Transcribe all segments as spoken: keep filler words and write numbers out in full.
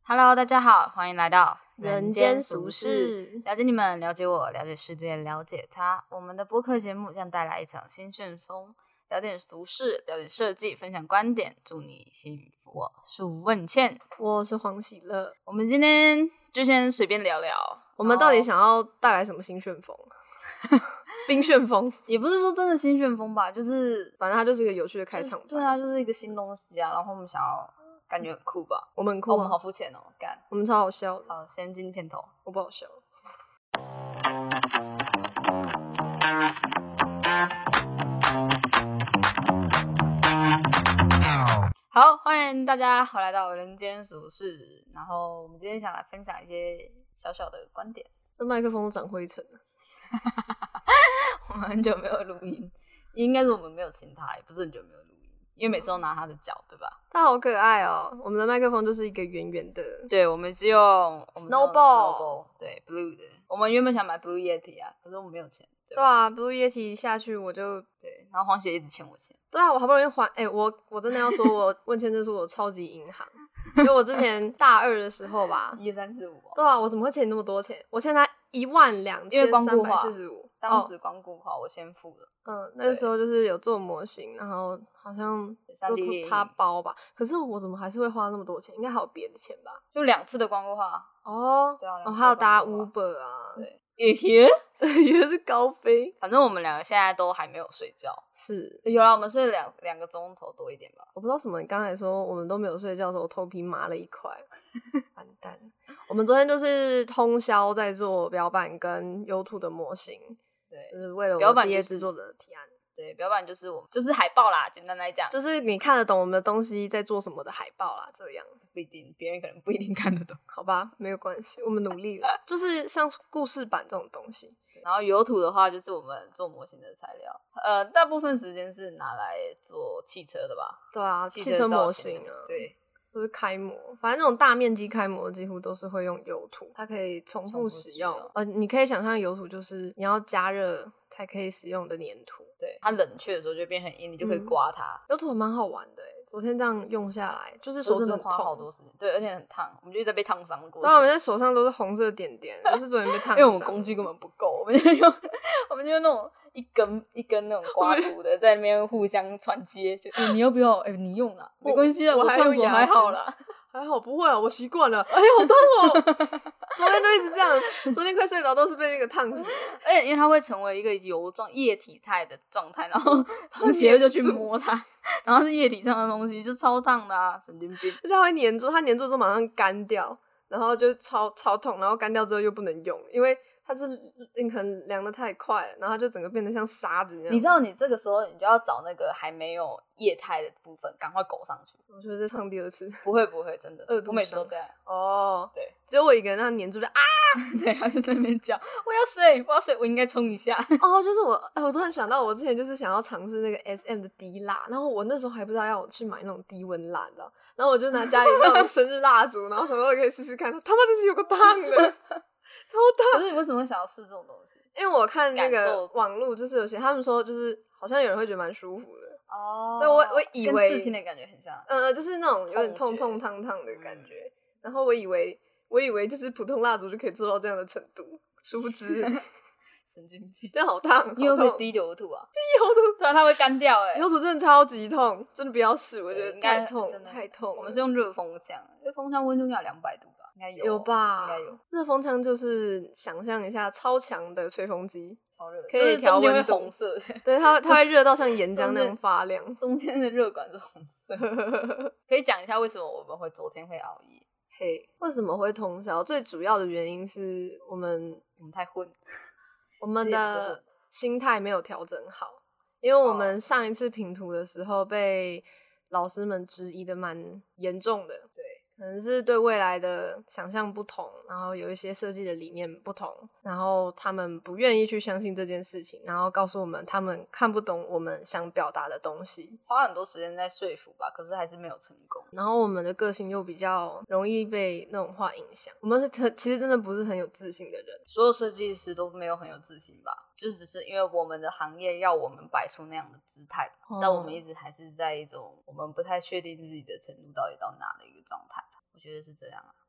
Hello， 大家好，欢迎来到人间俗世， 了解你们，了解我，了解世界，了解他。我们的播客节目将带来一场新旋风，聊点俗事，聊点设计，分享观点，祝你幸福。我是吴问倩， 我是黄喜乐。 我们今天就先随便聊聊， 我们到底想要带来什么新旋风？冰旋风也不是说真的新旋风吧，就是反正它就是一个有趣的开场、 就是、对啊，就是一个新东西啊，然后我们想要感觉很酷吧， 我们很酷、啊哦、我们好肤浅哦，干， 我们超好笑的。 好，先进片头， 我不好笑。 好，欢迎大家回来到人间俗事。然后我们今天想来分享一些小小的观点。 这麦克风都长灰尘了。 我们很久没有录音，应该是我们没有请他，也不是很久没有录音，因为每次都拿他的脚，对吧？ 他好可爱哦。我们的麦克风就是一个圆圆的， 对，我们是用 Snowball， Snowball 对 Blue 的。我们原本想买 Blue Yeti 啊，可是我们没有钱。对, 对啊 ，Blue Yeti 下去我就对，然后黄姐一直欠我钱。 对啊，我好不容易还，哎、欸，我我真的要说我，我问签证是我超级银行，因为我之前大二的时候吧， 一二三四五，对啊，我怎么会欠你那么多钱？我欠他一万两千三百四十五， 当时光固化我先付了。 嗯，那个时候就是有做模型，然后好像都他包吧，可是我怎么还是会花那么多钱？应该还有别的钱吧？ 就两次的光固化哦， 对啊， 哦，还有搭 Uber 啊， 对。也也也是高飞， 反正我们两个现在都还没有睡觉。 是有啦，我们睡两两个钟头多一点吧。 我不知道什么，你刚才说我们都没有睡觉的时候，头皮麻了一块，完蛋。我们昨天就是通宵在做表板跟优图的模型， 对， 就是为了我毕业制作的提案。 对，表板就是我们就是海报啦，简单来讲， 就是你看得懂我们的东西在做什么的海报啦，这样不一定，别人可能不一定看得懂， 好吧，没有关系，我们努力了。就是像故事版这种东西， 然后油土的话，就是我们做模型的材料，呃，大部分时间是拿来做汽车的吧？ 对啊， 汽车, 汽车模型啊， 对， 就是开模，反正那种大面积开模几乎都是会用油土，它可以重复使用。使用呃，你可以想象油土就是你要加热才可以使用的粘土。 对，它冷却的时候就变很硬，你就可以刮它。 油土蛮好玩的耶，昨天这样用下来，就是手指很痛， 花好多时间，对，而且很烫，我们就一直在被烫伤过。 对啊，我们在手上都是红色的点点，就是昨天被烫伤。 因为我们工具根本不够，我们就用我们就用那种一根一根那种刮土的，在那边互相传接，就、欸、你要不要？哎、欸，你用啦，没关系啦，我烫手还好啦。 还好不会啊，我习惯了。哎呀，好痛哦！昨天就一直这样，昨天快睡着都是被那个烫死。 而且因为它会成为一个油状液体态的状态，然后同学就去摸它，然后是液体上的东西，就超烫的啊，神经病！ 而且它会粘住，它粘住之后马上干掉，然后就超超痛，然后干掉之后又不能用，因为它就你可能凉得太快了，然后它就整个变得像沙子一样。 你知道你这个时候你就要找那个还没有液态的部分，赶快勾上去。 我觉得再烫第二次， 不会不会，真的， 我每次都这样。 哦， 对， 只有我一个人让它粘住就啊， 对，他就在那边叫我要水，我要水，我应该冲一下。 哦，就是我，哎，我突然想到，我之前就是想要尝试那个 S M 的低蜡，然后我那时候还不知道要我去买那种低温蜡，你知道，然后我就拿家里那种生日蜡烛，然后想说可以试试看，他妈这是有个烫的。超烫！ 可是你为什么会想要试这种东西？ 因为我看那个网路，就是有些他们说，就是好像有人会觉得蛮舒服的哦。 对，我我以为跟刺青的感觉很像， 呃，就是那种有点痛痛烫烫的感觉。嗯、然后我以为我以为就是普通蜡烛就可以做到这样的程度，殊不知神经病， 真的好烫！ 你有可以滴油土啊？ 滴油土， 对啊，它会干掉哎、欸。 油土真的超级痛，真的不要试，我觉得太痛，太痛。 我们是用热风枪，这风枪温度要两百度。应该有有吧？ 应该有。 热风枪就是想象一下超强的吹风机， 超热， 可以调温度， 红色的。 对，它它会热到像岩浆那样发亮， 中间的热管是红色。可以讲一下为什么我们会昨天会熬夜？ 嘿、hey, 为什么会通宵？最主要的原因是我们我们太混， 我们的心态没有调整好，因为我们上一次评图的时候被老师们质疑的蛮严重的。对。可能是对未来的想象不同，然后有一些设计的理念不同，然后他们不愿意去相信这件事情，然后告诉我们他们看不懂我们想表达的东西， 花很多时间在说服吧，可是还是没有成功。 然后我们的个性又比较容易被那种话影响，我们是其实真的不是很有自信的人， 所有设计师都没有很有自信吧，就只是因为我们的行业要我们摆出那样的姿态，哦、但我们一直还是在一种我们不太确定自己的程度到底到哪的一个状态。我觉得是这样啊。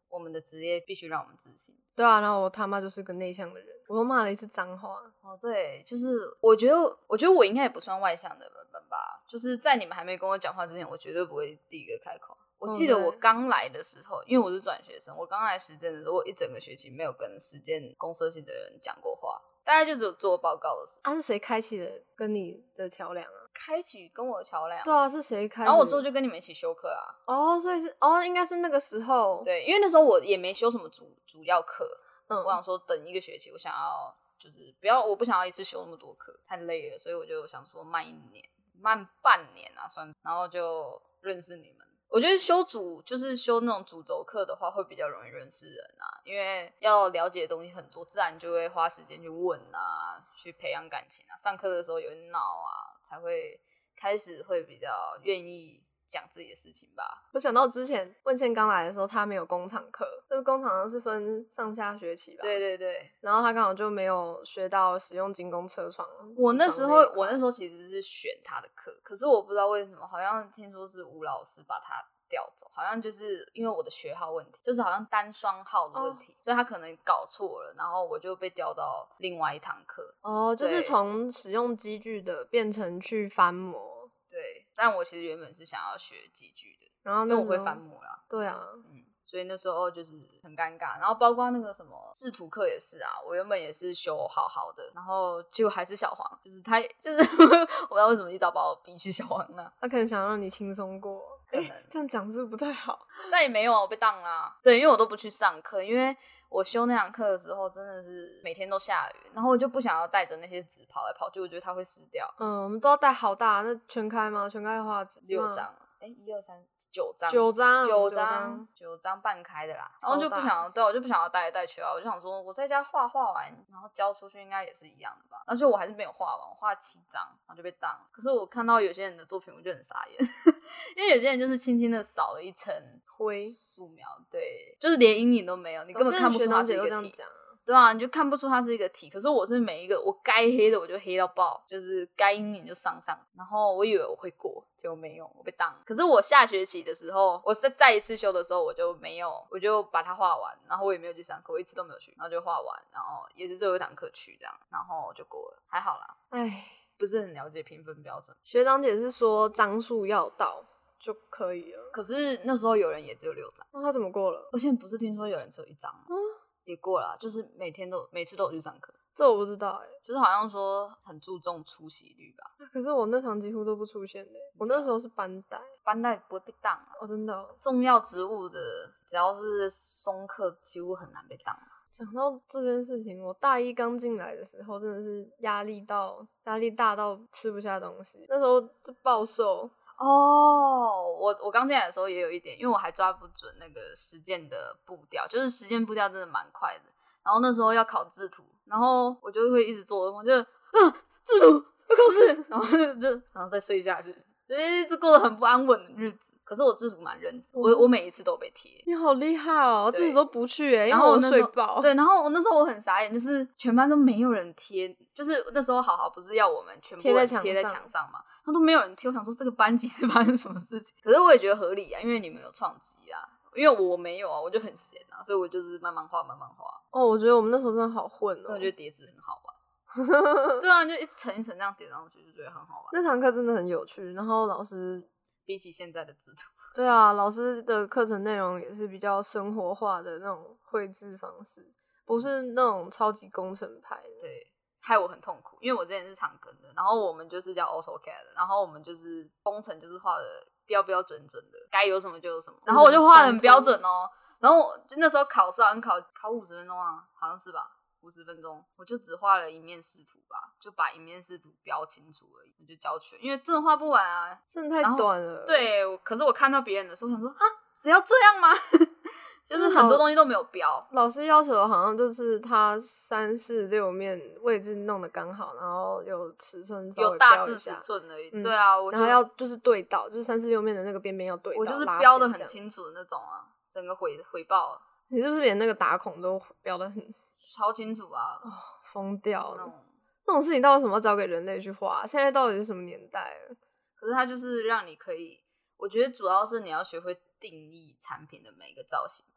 我们的职业必须让我们自信。 对啊，然后我他妈就是个内向的人，我又骂了一次脏话。 哦，对，就是我觉得，我觉得我应该也不算外向的人吧。就是在你们还没跟我讲话之前，我绝对不会第一个开口。我记得我刚来的时候，因为我是转学生，我刚来实践的时候，我一整个学期没有跟实践公社系的人讲过话，大概就只有做报告的时候。 啊，是谁开启了跟你的桥梁啊？ 开启跟我的桥梁？ 对啊，是谁开？ 然后我之后就跟你们一起修课啊。 哦，所以是哦，应该是那个时候。 对，因为那时候我也没修什么主主要课， 嗯， 我想说等一个学期，我想要就是不要，我不想要一次修那么多课，太累了，所以我就想说慢一年，慢半年啊算，然后就认识你们。我觉得修主就是修那种主轴课的话，会比较容易认识人啊，因为要了解的东西很多，自然就会花时间去问啊，去培养感情啊。上课的时候有人闹啊，才会开始会比较愿意讲自己的事情吧。 我想到之前问倩刚来的时候，他没有工厂课，就是工厂是分上下学期吧？ 对对对。 然后他刚好就没有学到使用精工车床。 我那时候，我那时候其实是选他的课，可是我不知道为什么，好像听说是吴老师把他调走，好像就是因为我的学号问题，就是好像单双号的问题，哦、所以他可能搞错了，然后我就被调到另外一堂课。 哦，就是从使用机具的变成去翻模。 对，但我其实原本是想要学机具的， 然后因为我会翻模啦。 对啊， 嗯，所以那时候就是很尴尬。然后包括那个什么制图课也是啊，我原本也是修好好的，然后就还是小黄，就是他就是我不知道为什么一早把我逼去小黄那， 他可能想让你轻松过。 可能、 欸、这样讲是不太好， 但也没有啊，我被当啦。对，因为我都不去上课，因为我修那堂课的时候真的是每天都下雨，然后我就不想要带着那些纸跑来跑去，我觉得它会湿掉。 嗯，我们都要带好大，那全开吗？全开的画纸六张，哎，一二三九张， 九张， 九张，九张半开的啦。然后就不想要，对，我就不想要带来带去啊。我就想说，我在家画画完，然后交出去应该也是一样的吧。而且我还是没有画完，我画了七张，然后就被当了。可是我看到有些人的作品，我就很傻眼，因为有些人就是轻轻的扫了一层灰素描，对，就是连阴影都没有，你根本看不出它是一个题。对啊，你就看不出它是一个题。可是我是每一个我该黑的我就黑到爆，就是该阴影就上上。然后我以为我会过，结果没有，我被当了。可是我下学期的时候，我再再一次修的时候，我就没有，我就把它画完，然后我也没有去上课，我一次都没有去，然后就画完，然后也是最后一堂课去这样，然后就过了，还好啦。 唉， 不是很了解评分标准。 学长姐是说张数要到就可以了， 可是那时候有人也只有六张， 那他怎么过了？ 而且不是听说有人只有一张吗？ 嗯， 也过了，就是每天都每次都有去上课。 这我不知道哎、欸， 就是好像说很注重出席率吧。 可是我那堂几乎都不出现的、欸，我那时候是班带， 班带不会被当啊。 哦，真的、哦。 重要职务的，只要是松课，几乎很难被当。 讲到这件事情，我大一刚进来的时候，真的是压力到压力大到吃不下东西，那时候就暴瘦。 哦，我我刚进来的时候也有一点，因为我还抓不准那个实践的步调，就是实践步调真的蛮快的。然后那时候要考制图，然后我就会一直做噩梦，就啊制图要考试，然后就就然后再睡下去，就一直过得很不安稳的日子。可是我制图蛮认真，我我每一次都被贴。 你好厉害哦！自己都不去哎、欸， 然后我睡饱。 对，然后我那时候我很傻眼，就是全班都没有人贴，就是那时候好好不是要我们全部人贴在墙上嘛，他都没有人贴。我想说这个班级是发生什么事情？可是我也觉得合理啊，因为你们有创机啊，因为我没有啊，我就很闲啊，所以我就是慢慢画，慢慢画。 哦，我觉得我们那时候真的好混哦， 我觉得叠纸很好玩。对啊，就一层一层这样叠上去，就觉得很好玩。 那堂课真的很有趣，然后老师比起现在的制图， 对啊，老师的课程内容也是比较生活化的那种绘制方式，不是那种超级工程派的。 对，害我很痛苦，因为我之前是长庚的，然后我们就是叫 AutoCAD， 然后我们就是工程就是画的标标准准的，该有什么就有什么，然后我就画的很标准哦。然后我那时候考试好像考考五十分钟啊，好像是吧？五十分钟，我就只画了一面视图吧，就把一面视图标清楚而已，我就交全，因为真的画不完啊， 真的太短了。 对，可是我看到别人的时候，我想说啊，只要这样吗？就是很多东西都没有标。 老师要求的好像就是他三四六面位置弄得刚好，然后有尺寸稍微有大致尺寸而已。嗯、对啊，我然后要就是对到，就是三四六面的那个边边要对到。 我就是标的很清楚的那种啊，整个回回报。 你是不是连那个打孔都标的很超清楚啊？ 哦，疯掉了！ 那种那种事情到底什么要交给人类去画？现在到底是什么年代了？ 可是它就是让你可以，我觉得主要是你要学会定义产品的每一个造型吧。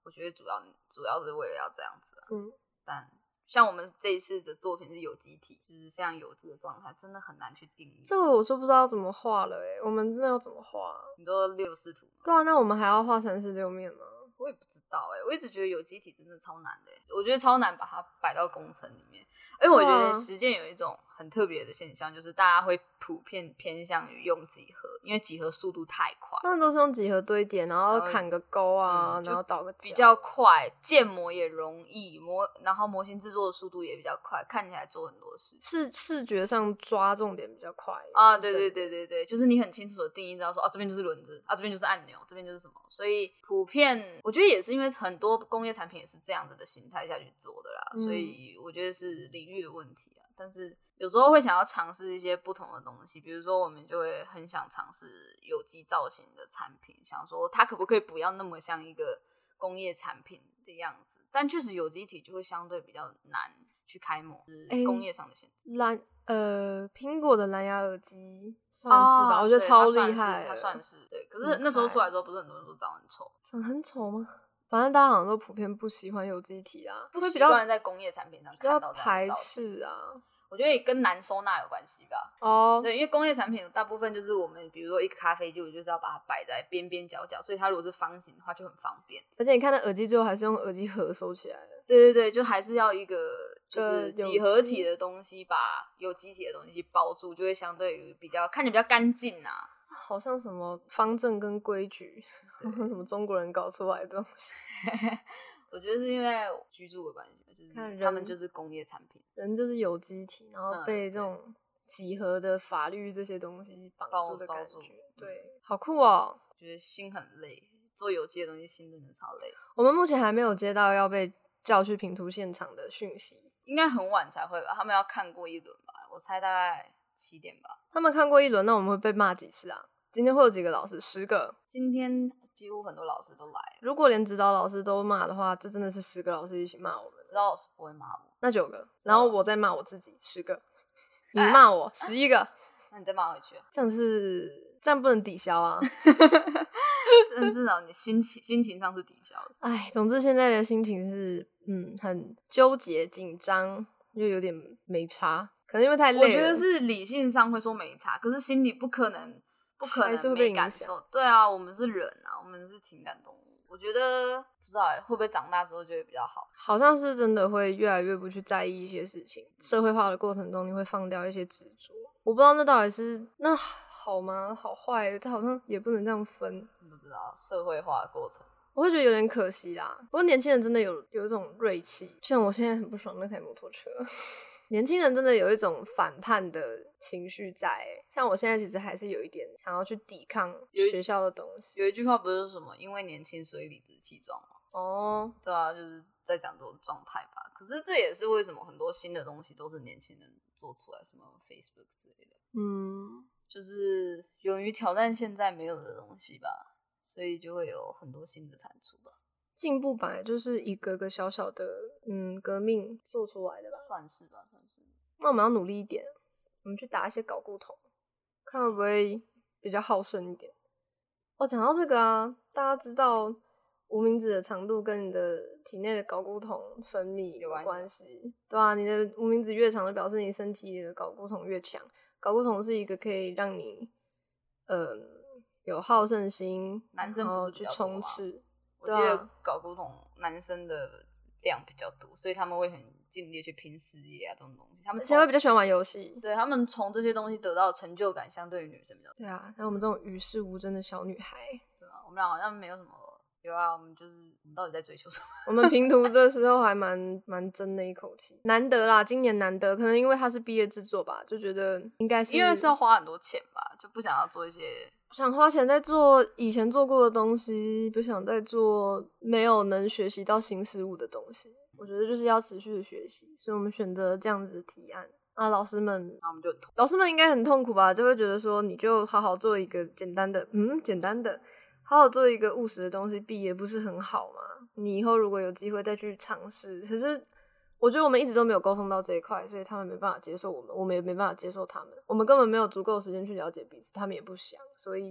我觉得主要主要是为了要这样子啊。 嗯， 但像我们这一次的作品是有机体，就是非常有机的状态，真的很难去定义。 这个我就不知道怎么画了哎、欸，我们真的要怎么画、啊？ 你说六视图吗？ 对啊，那我们还要画三四六面吗？ 我也不知道哎、欸，我一直觉得有机体真的超难的、欸，我觉得超难把它摆到工程里面。而且我觉得实践有一种很特别的现象，就是大家会普遍偏向于用几何，因为几何速度太快。 那都是用几何堆叠，然后砍个钩啊， 嗯、 然后倒个角， 比较快，建模也容易，模然后模型制作的速度也比较快，看起来做很多事， 视视觉上抓重点比较快啊。对对对对对，就是你很清楚的定义，知道说啊这边就是轮子，啊这边就是按钮，这边就是什么，所以普遍我觉得也是因为很多工业产品也是这样子的形态下去做的啦，嗯、所以我觉得是领域的问题啊。但是有时候会想要尝试一些不同的东西，比如说我们就会很想尝试有机造型的产品，想说它可不可以不要那么像一个工业产品的样子，但确实有机体就会相对比较难去开模，就是工业上的限制。 蓝呃，苹果的蓝牙耳机算是吧，啊、我觉得超厉害， 它算是对。可是那时候出来之后，不是很多人都长得很丑， 长很丑吗？反正大家好像都普遍不喜欢有机体啊， 不习惯在工业产品上看到这样的排斥啊。 我觉得也跟难收纳有关系吧。 哦， 对，因为工业产品大部分就是我们，比如说一个咖啡机，我就是要把它摆在边边角角，所以它如果是方形的话就很方便。 而且你看那耳机最后还是用耳机盒收起来的。 对对对，就还是要一个就是几何体的东西把有机体的东西包住，就会相对于比较看起来比较干净啊。 好像什么方正跟规矩，什么中国人搞出来的东西。 我觉得是因为居住的关系，就是他们就是工业产品， 人就是有机体，然后被这种几何的法律这些东西绑住的感觉。对，好酷哦！ 觉得心很累，做有机的东西心真的超累。 我们目前还没有接到要被叫去评图现场的讯息， 应该很晚才会吧？他们要看过一轮吧？我猜大概七点吧。 他们看过一轮，那我们会被骂几次啊？今天会有几个老师？十个。 今天几乎很多老师都来了。 如果连指导老师都骂的话，就真的是十个老师一起骂我们。 指导老师不会骂我， 那九个，然后我再骂我自己，十个。你骂我，十一个， 那你再骂回去。 这样是这样不能抵消啊。 至少你心情心情上是抵消的。 哎，总之现在的心情是嗯很纠结紧张，又有点没差，可能因为太累了。 我觉得是理性上会说没差，可是心里不可能不可能没感受。对啊，我们是人啊，我们是情感动物。我觉得不知道欸，会不会长大之后就会比较好？好像是真的会越来越不去在意一些事情。社会化的过程中，你会放掉一些执着。我不知道那到底是那好吗？好坏？这好像也不能这样分。 不知道社会化的过程。 我会觉得有点可惜啦。不过年轻人真的有有一种锐气，像我现在很不爽那台摩托车。年轻人真的有一种反叛的情绪在、欸，像我现在其实还是有一点想要去抵抗学校的东西。 有一句话不是什么因为年轻所以理直气壮吗？ 哦， 对啊，就是在讲这种状态吧。可是这也是为什么很多新的东西都是年轻人做出来，什么 Facebook 之类的。 嗯， 就是勇于挑战现在没有的东西吧，所以就会有很多新的产出吧。 进步本来就是一个个小小的嗯革命做出来的吧， 算是吧，算是。 那我们要努力一点，我们去打一些睾固酮，看会不会比较好胜一点。哦，讲到这个啊，大家知道无名指的长度跟你的体内的睾固酮分泌有关系，对啊，你的无名指越长，就表示你身体里的睾固酮越强。睾固酮是一个可以让你呃有好胜心， 男生不是去冲刺。 我记得睾固酮男生的量比较多，所以他们会很尽力去拼事业啊，这种东西。他们而且会比较喜欢玩游戏， 对，他们从这些东西得到成就感，相对于女生比较多。 对啊，像我们这种与世无争的小女孩， 对啊，我们俩好像没有什么。有啊，我们就是我们到底在追求什么？ 我们评图的时候还蛮蛮争的一口气，难得啦，今年难得，可能因为它是毕业制作吧，就觉得应该是因为是要花很多钱吧，就不想要做一些不想花钱在做以前做过的东西，不想再做没有能学习到新事物的东西。我觉得就是要持续的学习，所以我们选择这样子的提案啊。老师们， 那我们就很痛， 老师们应该很痛苦吧，就会觉得说，你就好好做一个简单的，嗯，简单的。好好做一个务实的东西，毕业不是很好吗？你以后如果有机会再去尝试，可是我觉得我们一直都没有沟通到这一块，所以他们没办法接受我们，我们也没办法接受他们，我们根本没有足够的时间去了解彼此，他们也不想，所以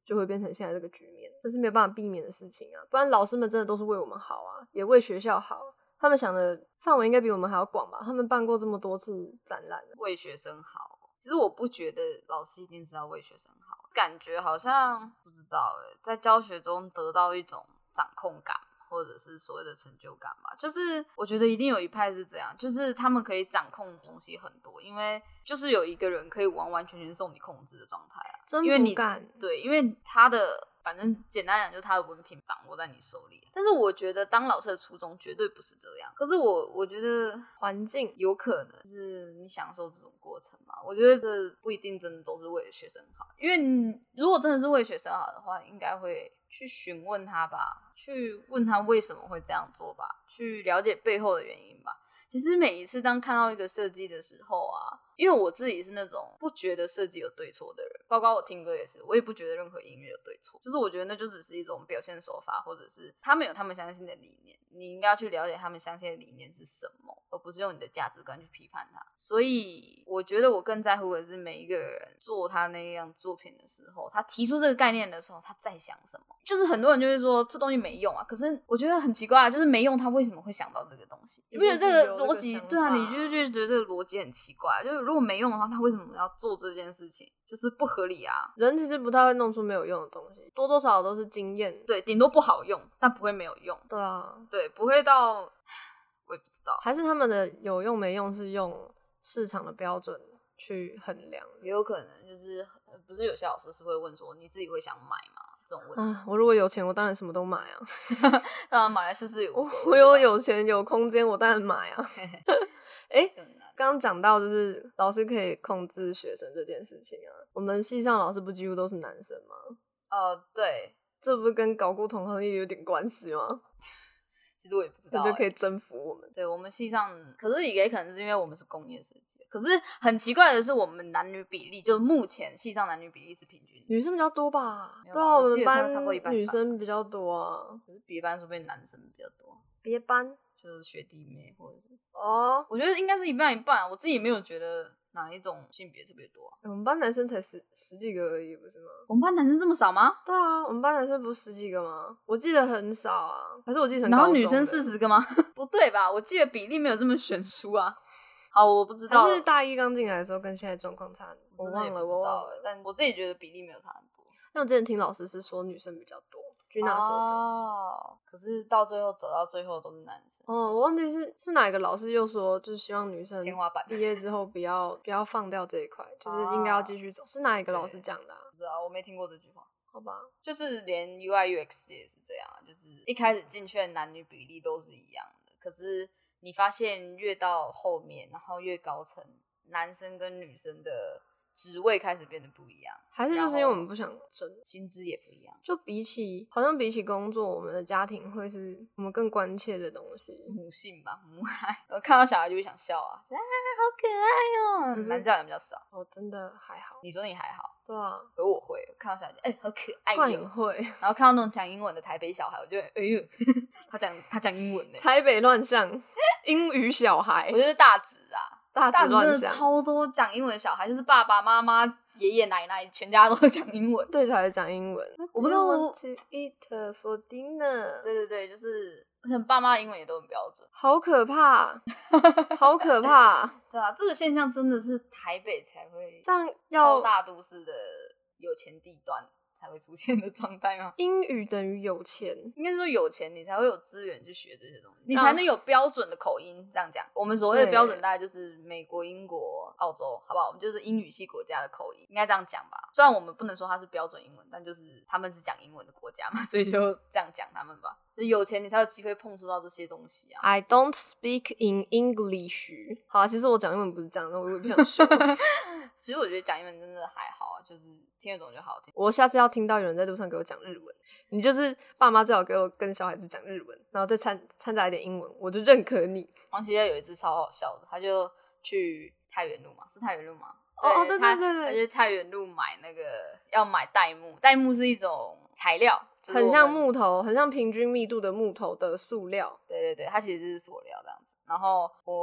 就会变成现在这个局面，这是没有办法避免的事情啊。不然老师们真的都是为我们好啊，也为学校好，他们想的范围应该比我们还要广吧，他们办过这么多次展览， 为学生好。其实我不觉得老师一定是要为学生好，感觉好像不知道欸，在教学中得到一种掌控感或者是所谓的成就感吧，就是我觉得一定有一派是这样，就是他们可以掌控的东西很多，因为就是有一个人可以完完全全受你控制的状态啊， 征因为你服感， 对，因为他的反正简单讲就是他的文凭掌握在你手里，但是我觉得当老师的初衷绝对不是这样，可是我我觉得环境有可能就是你享受这种过程嘛，我觉得这不一定真的都是为了学生好，因为你如果真的是为学生好的话，应该会去询问他吧，去问他为什么会这样做吧，去了解背后的原因吧。其实每一次当看到一个设计的时候啊，因为我自己是那种不觉得设计有对错的人，包括我听歌也是，我也不觉得任何音乐有对错，就是我觉得那就只是一种表现手法，或者是他们有他们相信的理念，你应该要去了解他们相信的理念是什么，而不是用你的价值观去批判它。所以我觉得我更在乎的是每一个人做他那样作品的时候，他提出这个概念的时候他在想什么。就是很多人就会说这东西没用啊，可是我觉得很奇怪啊，就是没用他为什么会想到这个东西，你不觉得这个逻辑对啊，你就觉得这个逻辑很奇怪，就是如果没用的话他为什么要做这件事情，就是不合理啊。 人其实不太会弄出没有用的东西，多多少少都是经验， 对，顶多不好用但不会没有用， 对啊， 对，不会到我也不知道， 还是他们的有用没用是用市场的标准去衡量， 也有可能就是不是有些老师是会问说你自己会想买吗这种问题、 啊、我如果有钱我当然什么都买啊当然买来试试有我我有有钱有空间我当然买啊哎，刚刚讲到就是老师可以控制学生这件事情啊，我们系上老师不几乎都是男生吗？ 哦、呃，对， 这不是跟搞固同行业有点关系吗？ 其实我也不知道、欸， 那就可以征服我们。 对，我们系上，可是也可能是因为我们是工业设计，可是很奇怪的是，我们男女比例，就目前系上男女比例是平均， 女生比较多吧？ 对啊，我们班班女生比较多啊。 可是别班说不定男生比较多， 别班就是学弟妹或者是哦， 我觉得应该是一半一半，我自己也没有觉得哪一种性别特别多、啊欸。我们班男生才十十几个而已，不是吗？ 我们班男生这么少吗？ 对啊，我们班男生不是十几个吗？我记得很少啊，还是我记得很然后女生四十个吗？不对吧？我记得比例没有这么悬殊啊。好，我不知道， 还是大一刚进来的时候跟现在状况差很多，我忘了，我忘了。 但我自己觉得比例没有差很多。 因为我之前听老师是说女生比较多。君娜说的哦，可是到最后走到最后都是男生。 哦，我忘记是是哪一个老师又说，就是希望女生天花板毕业之后不要不要放掉这一块，就是应该要继续走。是哪一个老师讲的、啊？ 不知道，我没听过这句话。 好吧， 就是连 U I U X 也是这样，就是一开始进去的男女比例都是一样的，可是你发现越到后面，然后越高层，男生跟女生的职位开始变得不一样， 还是就是因为我们不想争， 薪资也不一样。 就比起好像比起工作，我们的家庭会是我们更关切的东西。 母性吧，母爱。我看到小孩就会想笑啊，啊，好可爱哦、喔。男生也比较少。 我、哦、真的还好。 你说你还好？ 对啊。 而我会看到小孩，哎、欸，好可爱、喔。 冠颖会。 然后看到那种讲英文的台北小孩，我就哎呦，他讲他讲英文呢、欸。 台北乱象，英语小孩。 我觉得大直啊。 大直乱象， 真的超多讲英文的小孩，就是爸爸妈妈、爷爷奶奶，全家都会讲英文。 对，小孩讲英文。 我不知道我 to eat for dinner。 对对对，就是而且爸妈的英文也都很标准。 好可怕，好可怕。 对啊，这个现象真的是台北才会， 这样要超大都市的有钱地段才会出现的状态吗？ 英语等于有钱， 应该说有钱你才会有资源去学这些东西，你才能有标准的口音。这样讲，我们所谓的标准大概就是美国、英国、澳洲，好不好？我们就是英语系国家的口音，应该这样讲吧。虽然我们不能说它是标准英文，但就是他们是讲英文的国家嘛，所以就这样讲他们吧。就有钱你才有机会碰触到这些东西啊。 I don't speak in English。好啊，其实我讲英文不是这样的，我也不想说。 其实我觉得讲英文真的还好啊，就是听得懂就好听。 我下次要听到有人在路上给我讲日文，你就是爸妈最好给我跟小孩子讲日文，然后再掺掺杂一点英文，我就认可你。 王琦有一次超好笑的，他就去太原路嘛，是太原路吗？ 哦，对对对对， 他就太原路买那个要买柽木，柽木是一种材料，就是、 很像木头，很像平均密度的木头的塑料。 对对对，它其实是塑料这样子。然后我。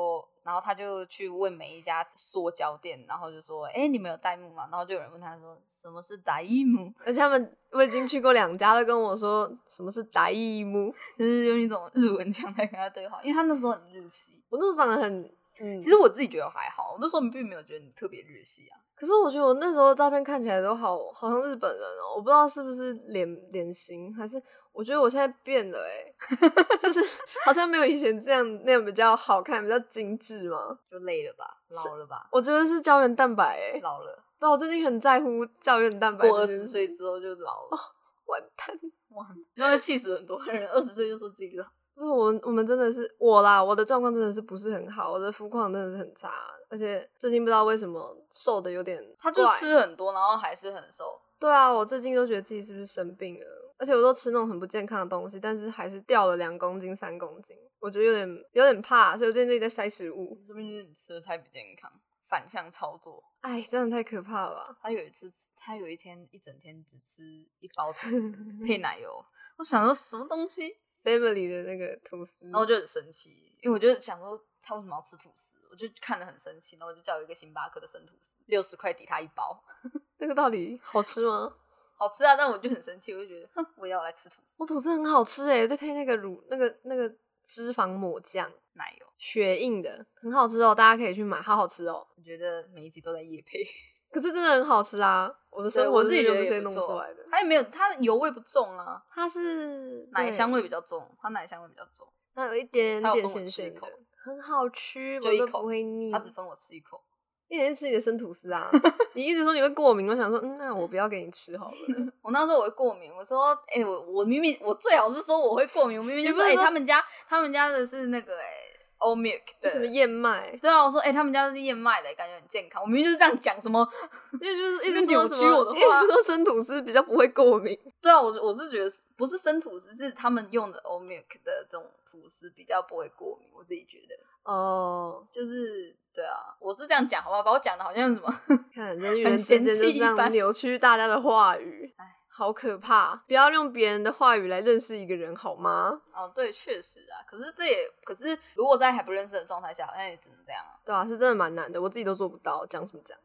然后他就去问每一家塑胶店，然后就说哎、欸，你们有代木吗？然后就有人问他说什么是代木， 而且他们我已经去过两家了，跟我说什么是代木， 就是用一种日文腔在跟他对话，因为他那时候很日系。 我那时候长得很嗯， 其实我自己觉得还好，我那时候并没有觉得你特别日系啊。 可是我觉得我那时候的照片看起来都好好像日本人哦，我不知道是不是脸脸型，还是我觉得我现在变了哎、欸，就是好像没有以前这样那样比较好看，比较精致嘛。 就累了吧，老了吧？ 我觉得是胶原蛋白哎、欸， 老了。 对，我最近很在乎胶原蛋白。 过二十岁之后就老了，哦、 完蛋！ 哇，那会气死很多人。二十岁就说自己老。 不是我，我们真的是我啦，我的状况真的是不是很好，我的肤况真的是很差，而且最近不知道为什么瘦的有点怪， 他就吃很多，然后还是很瘦。 对啊，我最近都觉得自己是不是生病了，而且我都吃那种很不健康的东西，但是还是掉了两公斤、三公斤，我觉得有点有点怕，所以我最近一直在筛食物。 说不定就是你吃的太不健康，反向操作。 哎，真的太可怕了吧！ 他有一次，他有一天一整天只吃一包吐司配奶油，我想说什么东西 ？Family 的那个吐司， 然后我就很生气，因为我就想说他为什么要吃吐司，我就看得很生气，然后我就叫一个星巴克的生吐司，六十块抵他一包。 那个到底好吃吗？ 好吃啊，但我就很生气，我就觉得，哼，我也要来吃吐司。 我吐司很好吃诶，再配那个乳那个那个脂肪抹酱奶油， 雪印的，很好吃哦，大家可以去买，好好吃哦。 我觉得每一集都在业配。 可是真的很好吃啊！我的生活我自己觉得不是也不错弄出来的， 它也没有，它油味不重啊， 它是奶香味比较重，它奶香味比较重， 它有一点点它有分我咸咸的吃一口， 很好吃， 就一口我都不会腻。 它只分我吃一口。 一点是吃你的生吐司啊！你一直说你会过敏，我想说，嗯，那我不要给你吃好了。 我那时候我会过敏，我说，哎、欸，我我明明我最好是说我会过敏，我明明就说，哎、欸，他们家他们家的是那个哎、欸。oat milk 的什么燕麦？ 对啊，我说哎、欸，他们家是燕麦的，感觉很健康。我明明就是这样讲，什么因为就是一直扭曲我的话， 一直说生吐司比较不会过敏。 对啊，我我是觉得不是生吐司，是他们用的 oat milk 的这种吐司比较不会过敏。我自己觉得哦， oh, 就是对啊，我是这样讲，好吧，把我讲的好像什么看人与人之间就这样扭曲大家的话语。好可怕！不要用别人的话语来认识一个人，好吗？ 哦，对，确实啊。可是这也，可是如果在还不认识的状态下，好像也只能这样啊。 对啊，是真的蛮难的，我自己都做不到，讲什么讲？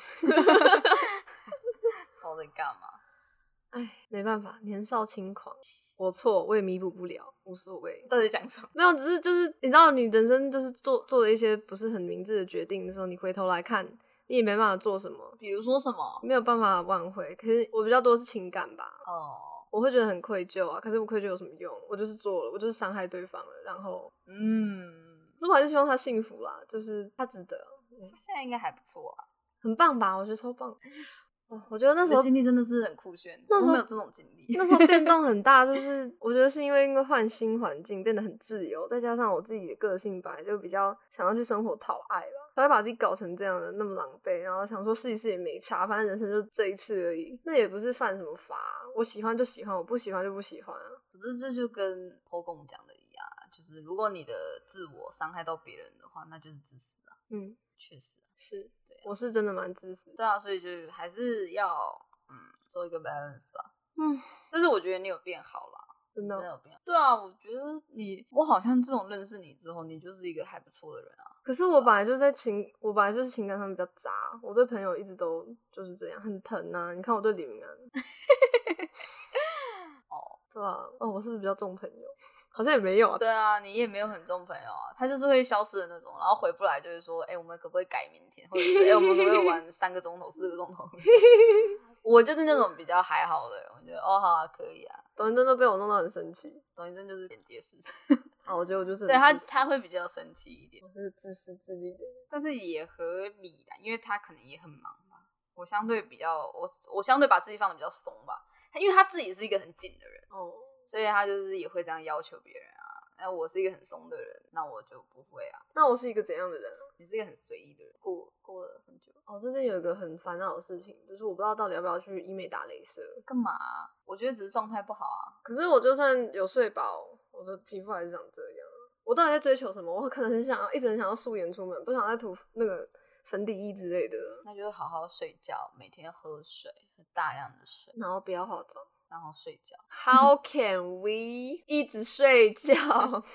到底干嘛？ 哎，没办法，年少轻狂，我错，我也弥补不了，无所谓。 到底讲什么？ 没有，只是就是你知道，你人生就是做做了一些不是很明智的决定的时候，你回头来看。你也没办法做什么， 比如说什么， 没有办法挽回。可是我比较多是情感吧， 哦， 我会觉得很愧疚啊。可是我愧疚有什么用？我就是做了，我就是伤害对方了。然后， 嗯， 可是我还是希望他幸福啦，就是他值得。 嗯、他现在应该还不错啊， 很棒吧？我觉得超棒。哦，我觉得那时候经历真的是很酷炫， 那时候我没有这种经历。 那时候变动很大，就是我觉得是因为因为换新环境变得很自由，再加上我自己的个性本来就比较想要去生活讨爱吧。才会把自己搞成这样的那么狼狈，然后想说试一试也没差，反正人生就这一次而已，那也不是犯什么法，我喜欢就喜欢，我不喜欢就不喜欢啊。 可是这就跟破公讲的一样，就是如果你的自我伤害到别人的话，那就是自私啊。 嗯， 确实、啊、 是，对、啊，我是真的蛮自私的。 对啊，所以就还是要嗯做一个 balance 吧。 嗯， 但是我觉得你有变好啦。 真的、哦、 真的有变好。对啊，我觉得你，我好像这种认识你之后，你就是一个还不错的人啊。 可是我本来就在情，我本来就是情感上面比较渣，我对朋友一直都就是这样，很疼啊。你看我对李明安， 哦， 对啊，哦，我是不是比较重朋友？好像也没有啊。 对啊，你也没有很重朋友啊，他就是会消失的那种，然后回不来就是说，哎、欸，我们可不可以改明天，或者是哎、欸，我们可不可以玩三个钟头、四个钟头？我就是那种比较还好的人，我觉得哦，好啊，可以啊。 董一真都被我弄到很生气， 董一真就是点结实。 啊，我觉得我就是对他他会比较生气一点， 我是自私自利的， 但是也合理啦，因为他可能也很忙吧。我相对比较，我我相对把自己放的比较松吧，因为他自己是一个很紧的人哦，所以他就是也会这样要求别人啊。那我是一个很松的人，那我就不会啊。 那我是一个怎样的人？ 你是一个很随意的人，过过了很久。 哦，最近有一个很烦恼的事情，就是我不知道到底要不要去医美打雷射。 干嘛啊？我觉得只是状态不好啊。 可是我就算有睡饱，我的皮肤还是长这样。我到底在追求什么？我可能很想要，一直很想要素颜出门，不想再涂那个粉底液之类的。 那就是好好睡觉，每天喝水，喝大量的水， 然后不要化妆， 然后睡觉。 How can we 一直睡觉？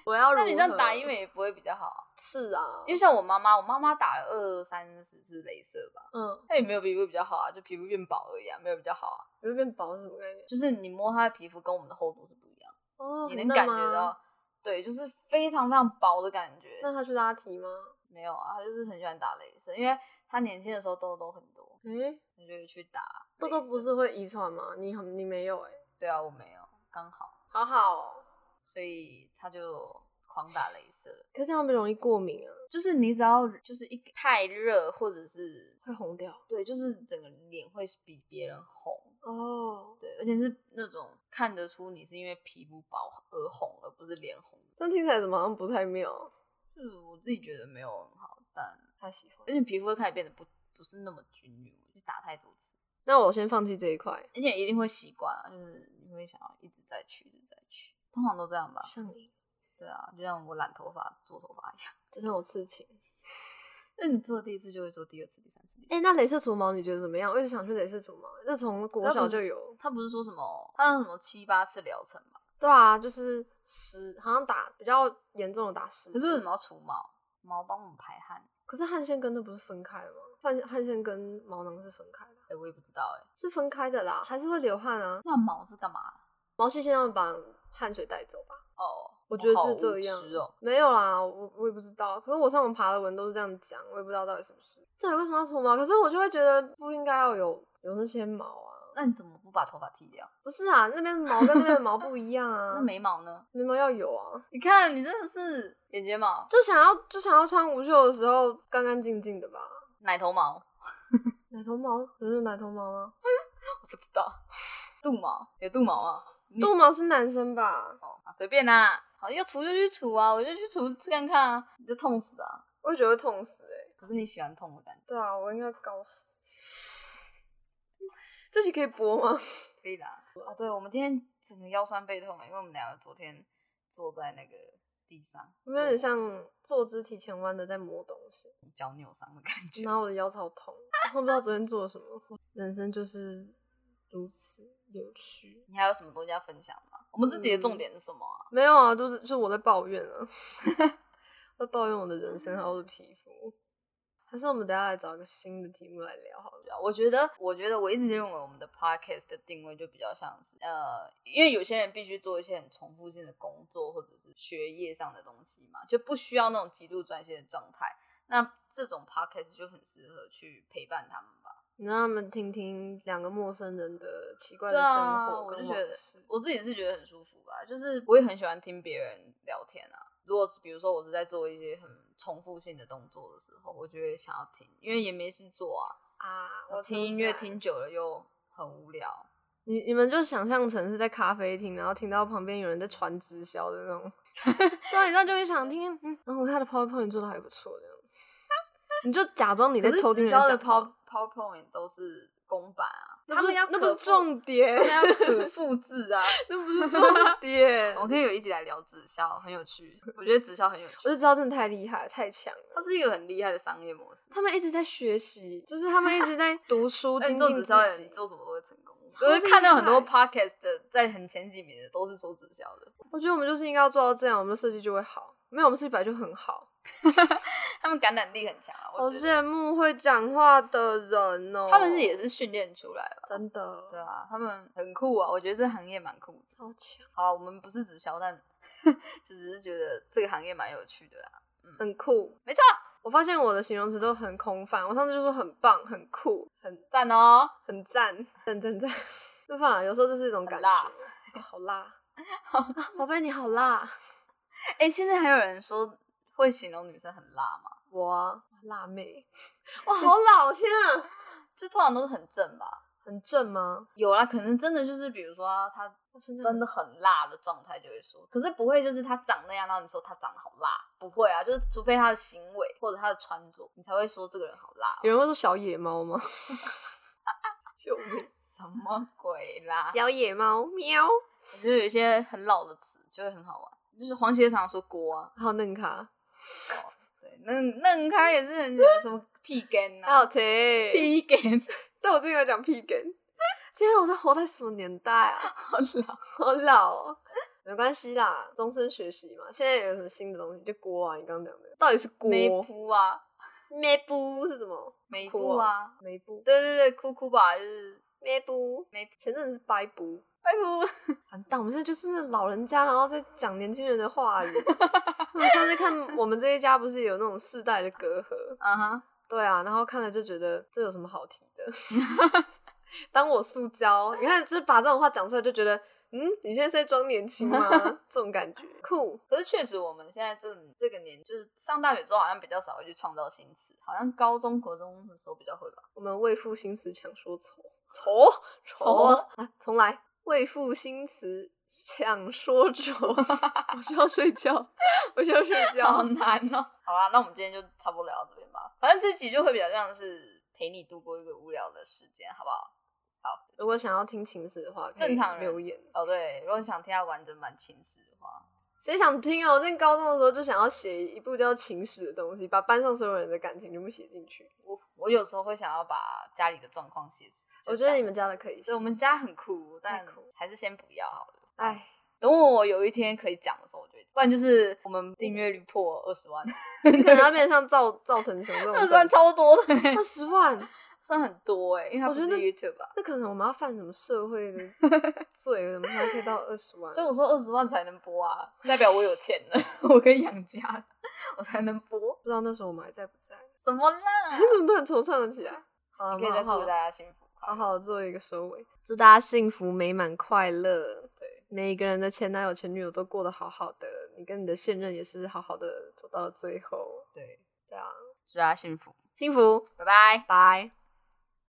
我要如何？ 那你这样打医美也不会比较好啊。 是啊， 因为像我妈妈，我妈妈打了二三十次雷射吧， 嗯， 她也没有皮肤比较好啊，就皮肤变薄而已啊，没有比较好啊。 皮肤变薄是什么概念？ 就是你摸她的皮肤跟我们的厚度是不一样， 哦， 你能感觉到，对，就是非常非常薄的感觉。 那她去拉提吗？ 没有啊，她就是很喜欢打雷射，因为她年轻的时候痘痘很多， 诶， 她就会去打。 痘痘不是会遗传吗？你很你没有诶、欸。 对啊，我没有，刚好， 好好、哦， 所以她就狂打雷射。 可是这样不容易过敏啊？ 就是你只要就是一太热或者是会红掉， 对，就是整个脸会比别人红哦。 对，而且是那种看得出你是因为皮肤薄而红，而不是脸红。 但听起来怎么好像不太妙？ 就是我自己觉得没有很好，但他喜欢， 而且皮肤会开始变得不不是那么均匀，我就打太多次。 那我先放弃这一块， 而且一定会习惯啊，就是你会想要一直在去，一直在去，通常都这样吧。 上瘾。 对啊，就像我染头发、做头发一样， 就像我刺青。 那你做第一次就会做第二次、第三次、第四次。 哎、欸，那雷射除毛你觉得怎么样？我一直想去雷射除毛，这从国小就有。 他不是说什么，他有什么七八次疗程吧？ 对啊，就是十，好像打比较严重的打十次。 可是为什么要除毛？毛帮我们排汗。 可是汗腺跟那不是分开的吗？汗汗腺跟毛囊是分开的。 哎、欸，我也不知道哎、欸， 是分开的啦，还是会流汗啊？ 那毛是干嘛？ 毛细腺要把汗水带走吧？ 哦， 我觉得是这样。 哦、 没有啦，我我也不知道。可是我上网爬的文都是这样讲，我也不知道到底是不是。这里为什么要除毛？可是我就会觉得不应该要有有那些毛啊。 那你怎么不把头发剃掉？ 不是啊，那边毛跟那边的毛不一样啊。 那眉毛呢？ 眉毛要有啊。 你看，你真的是眼睫毛， 就想要就想要穿无袖的时候干干净净的吧。 奶头毛， 奶头毛有没有奶头毛吗？ 我不知道。肚毛有肚毛啊？ 肚毛是男生吧？ 哦，随便啦。好，要除就去除啊，我就去除吃看看啊，你就痛死啊！ 我也觉得会痛死哎、欸。 可是你喜欢痛的感觉。 对啊，我应该搞死。这期可以播吗？ 可以啦。啊，对，我们今天整个腰酸背痛，因为我们两个昨天坐在那个地上， 有点像坐姿体前弯的在磨东西， 脚扭伤的感觉。 然后我的腰超痛，我不知道昨天做了什么。人生就是如此有趣。 你还有什么东西要分享吗？我们自己的重点是什么啊？ 嗯、没有啊，就是就是我在抱怨啊，在抱怨我的人生还有我的皮肤。还是我们等一下来找一个新的题目来聊好了。 我觉得，我觉得我一直认为我们的 podcast 的定位就比较像是，呃，因为有些人必须做一些很重复性的工作或者是学业上的东西嘛，就不需要那种极度专心的状态。那这种 podcast 就很适合去陪伴他们吧。 你让他们听听两个陌生人的奇怪的生活跟往事。 我自己是觉得很舒服吧，就是我也很喜欢听别人聊天啊。如果比如说我是在做一些很重复性的动作的时候，我就会想要听，因为也没事做啊。 啊， 我听音乐听久了又很无聊。 你你们就想象成是在咖啡厅，然后听到旁边有人在传直销的那种，对啊，你这样就会想听，嗯，然后他的 PowerPoint 做的还不错，这样，你就假装你在偷听人家讲的 PowerPoint 都是公版啊。 他们要那不是重点， 他们要可复制啊， 那不是重点。 我们可以有一起来聊直销，很有趣。我觉得直销很有趣， 我就知道真的太厉害了，太强了。 它是一个很厉害的商业模式。 他们一直在学习，就是他们一直在读书，精进自己， 做什么都会成功。我就看到很多 podcast 的在很前几名的都是做直销的。 我觉得我们就是应该要做到这样，我们的设计就会好。没有，我们设计本来就很好。 他们感染力很强啊！ 好羡慕会讲话的人哦。 他们是也是训练出来的， 真的。 对啊，他们很酷啊！我觉得这行业蛮酷的， 超强。 好了，我们不是直销，但就只是觉得这个行业蛮有趣的啦。 嗯，很酷， 没错。 我发现我的形容词都很空泛，我上次就说很棒、很酷、很赞哦， 很赞、赞赞赞。没办法，有时候就是一种感觉。 辣哦、好辣！宝贝，你好辣！ 哎、欸，现在还有人说会形容女生很辣吗？ 我啊，辣妹。哇，好老，天啊！ 就通常都是很正吧？ 很正吗？ 有啦，可能真的就是比如说他真的很辣的状态就会说，可是不会就是他长那样，然后你说他长得好辣，不会啊，就是除非他的行为或者他的穿着，你才会说这个人好辣。 有人会说小野猫吗？救命！ 什么鬼啦？ 小野猫喵。 我觉得有一些很老的词就会很好玩，就是黄杰常说锅啊， 还有嫩咖。 哦，对，嫩嫩咖也是很什么屁根啊， 好听屁根。 但我之前有讲屁根。今天我在活在什么年代啊？ 好老， 好老哦！ 没关系啦，终身学习嘛。现在有什么新的东西？就锅啊，你刚刚讲的，到底是锅？ 梅布啊， 梅布是什么？ 梅布啊， 梅布。 对对对，哭哭吧，就是梅布。 梅前阵子是白布。 白布。 完蛋，我们现在就是那老人家，然后在讲年轻人的话语。我上次看我们这一家不是有那种世代的隔阂？ 嗯哼， 对啊，然后看了就觉得这有什么好提的？当我塑胶，你看，就是把这种话讲出来，就觉得，嗯，你现在是在装年轻吗？这种感觉酷。 可是确实，我们现在这这个年，就是上大学之后，好像比较少会去创造新词，好像高中、国中的时候比较会吧。 我们为赋新词强说愁， 愁愁啊！重来，为赋新词强说愁。我需要睡觉，我需要睡觉， 好难哦。好啦，那我们今天就差不多聊到这边吧。反正这集就会比较像是陪你度过一个无聊的时间，好不好？好， 如果想要听情史的话， 正常留言哦。对，如果你想听他完整版情史的话， 谁想听啊？我在高中的时候就想要写一部叫情史的东西，把班上所有人的感情全部写进去。 我我有时候会想要把家里的状况写出来。 我觉得你们家的可以写。 对，我们家很酷，但还是先不要好了。 哎， 等我有一天可以讲的时候，我就会讲。不然就是我们订阅率破二十万， 你可能要变成像赵赵腾雄这种。 二十万超多的、欸， 二十万。 算很多哎、欸，因为他不是 YouTube 吧？ 那可能我们要犯什么社会的罪，怎么才可以到二十万？ 所以我说二十万才能播啊，代表我有钱了，我可以养家，我才能播。 不知道那时候我们还在不在？ 什么啦？ 你怎么突然惆怅了起来？好， 可以再祝大家幸福， 好好做一个收尾，祝大家幸福美满快乐。 对， 每一个人的前男友前女友都过得好好的，你跟你的现任也是好好的走到了最后。 对， 对啊， 祝大家幸福， 幸福， 拜拜， 拜。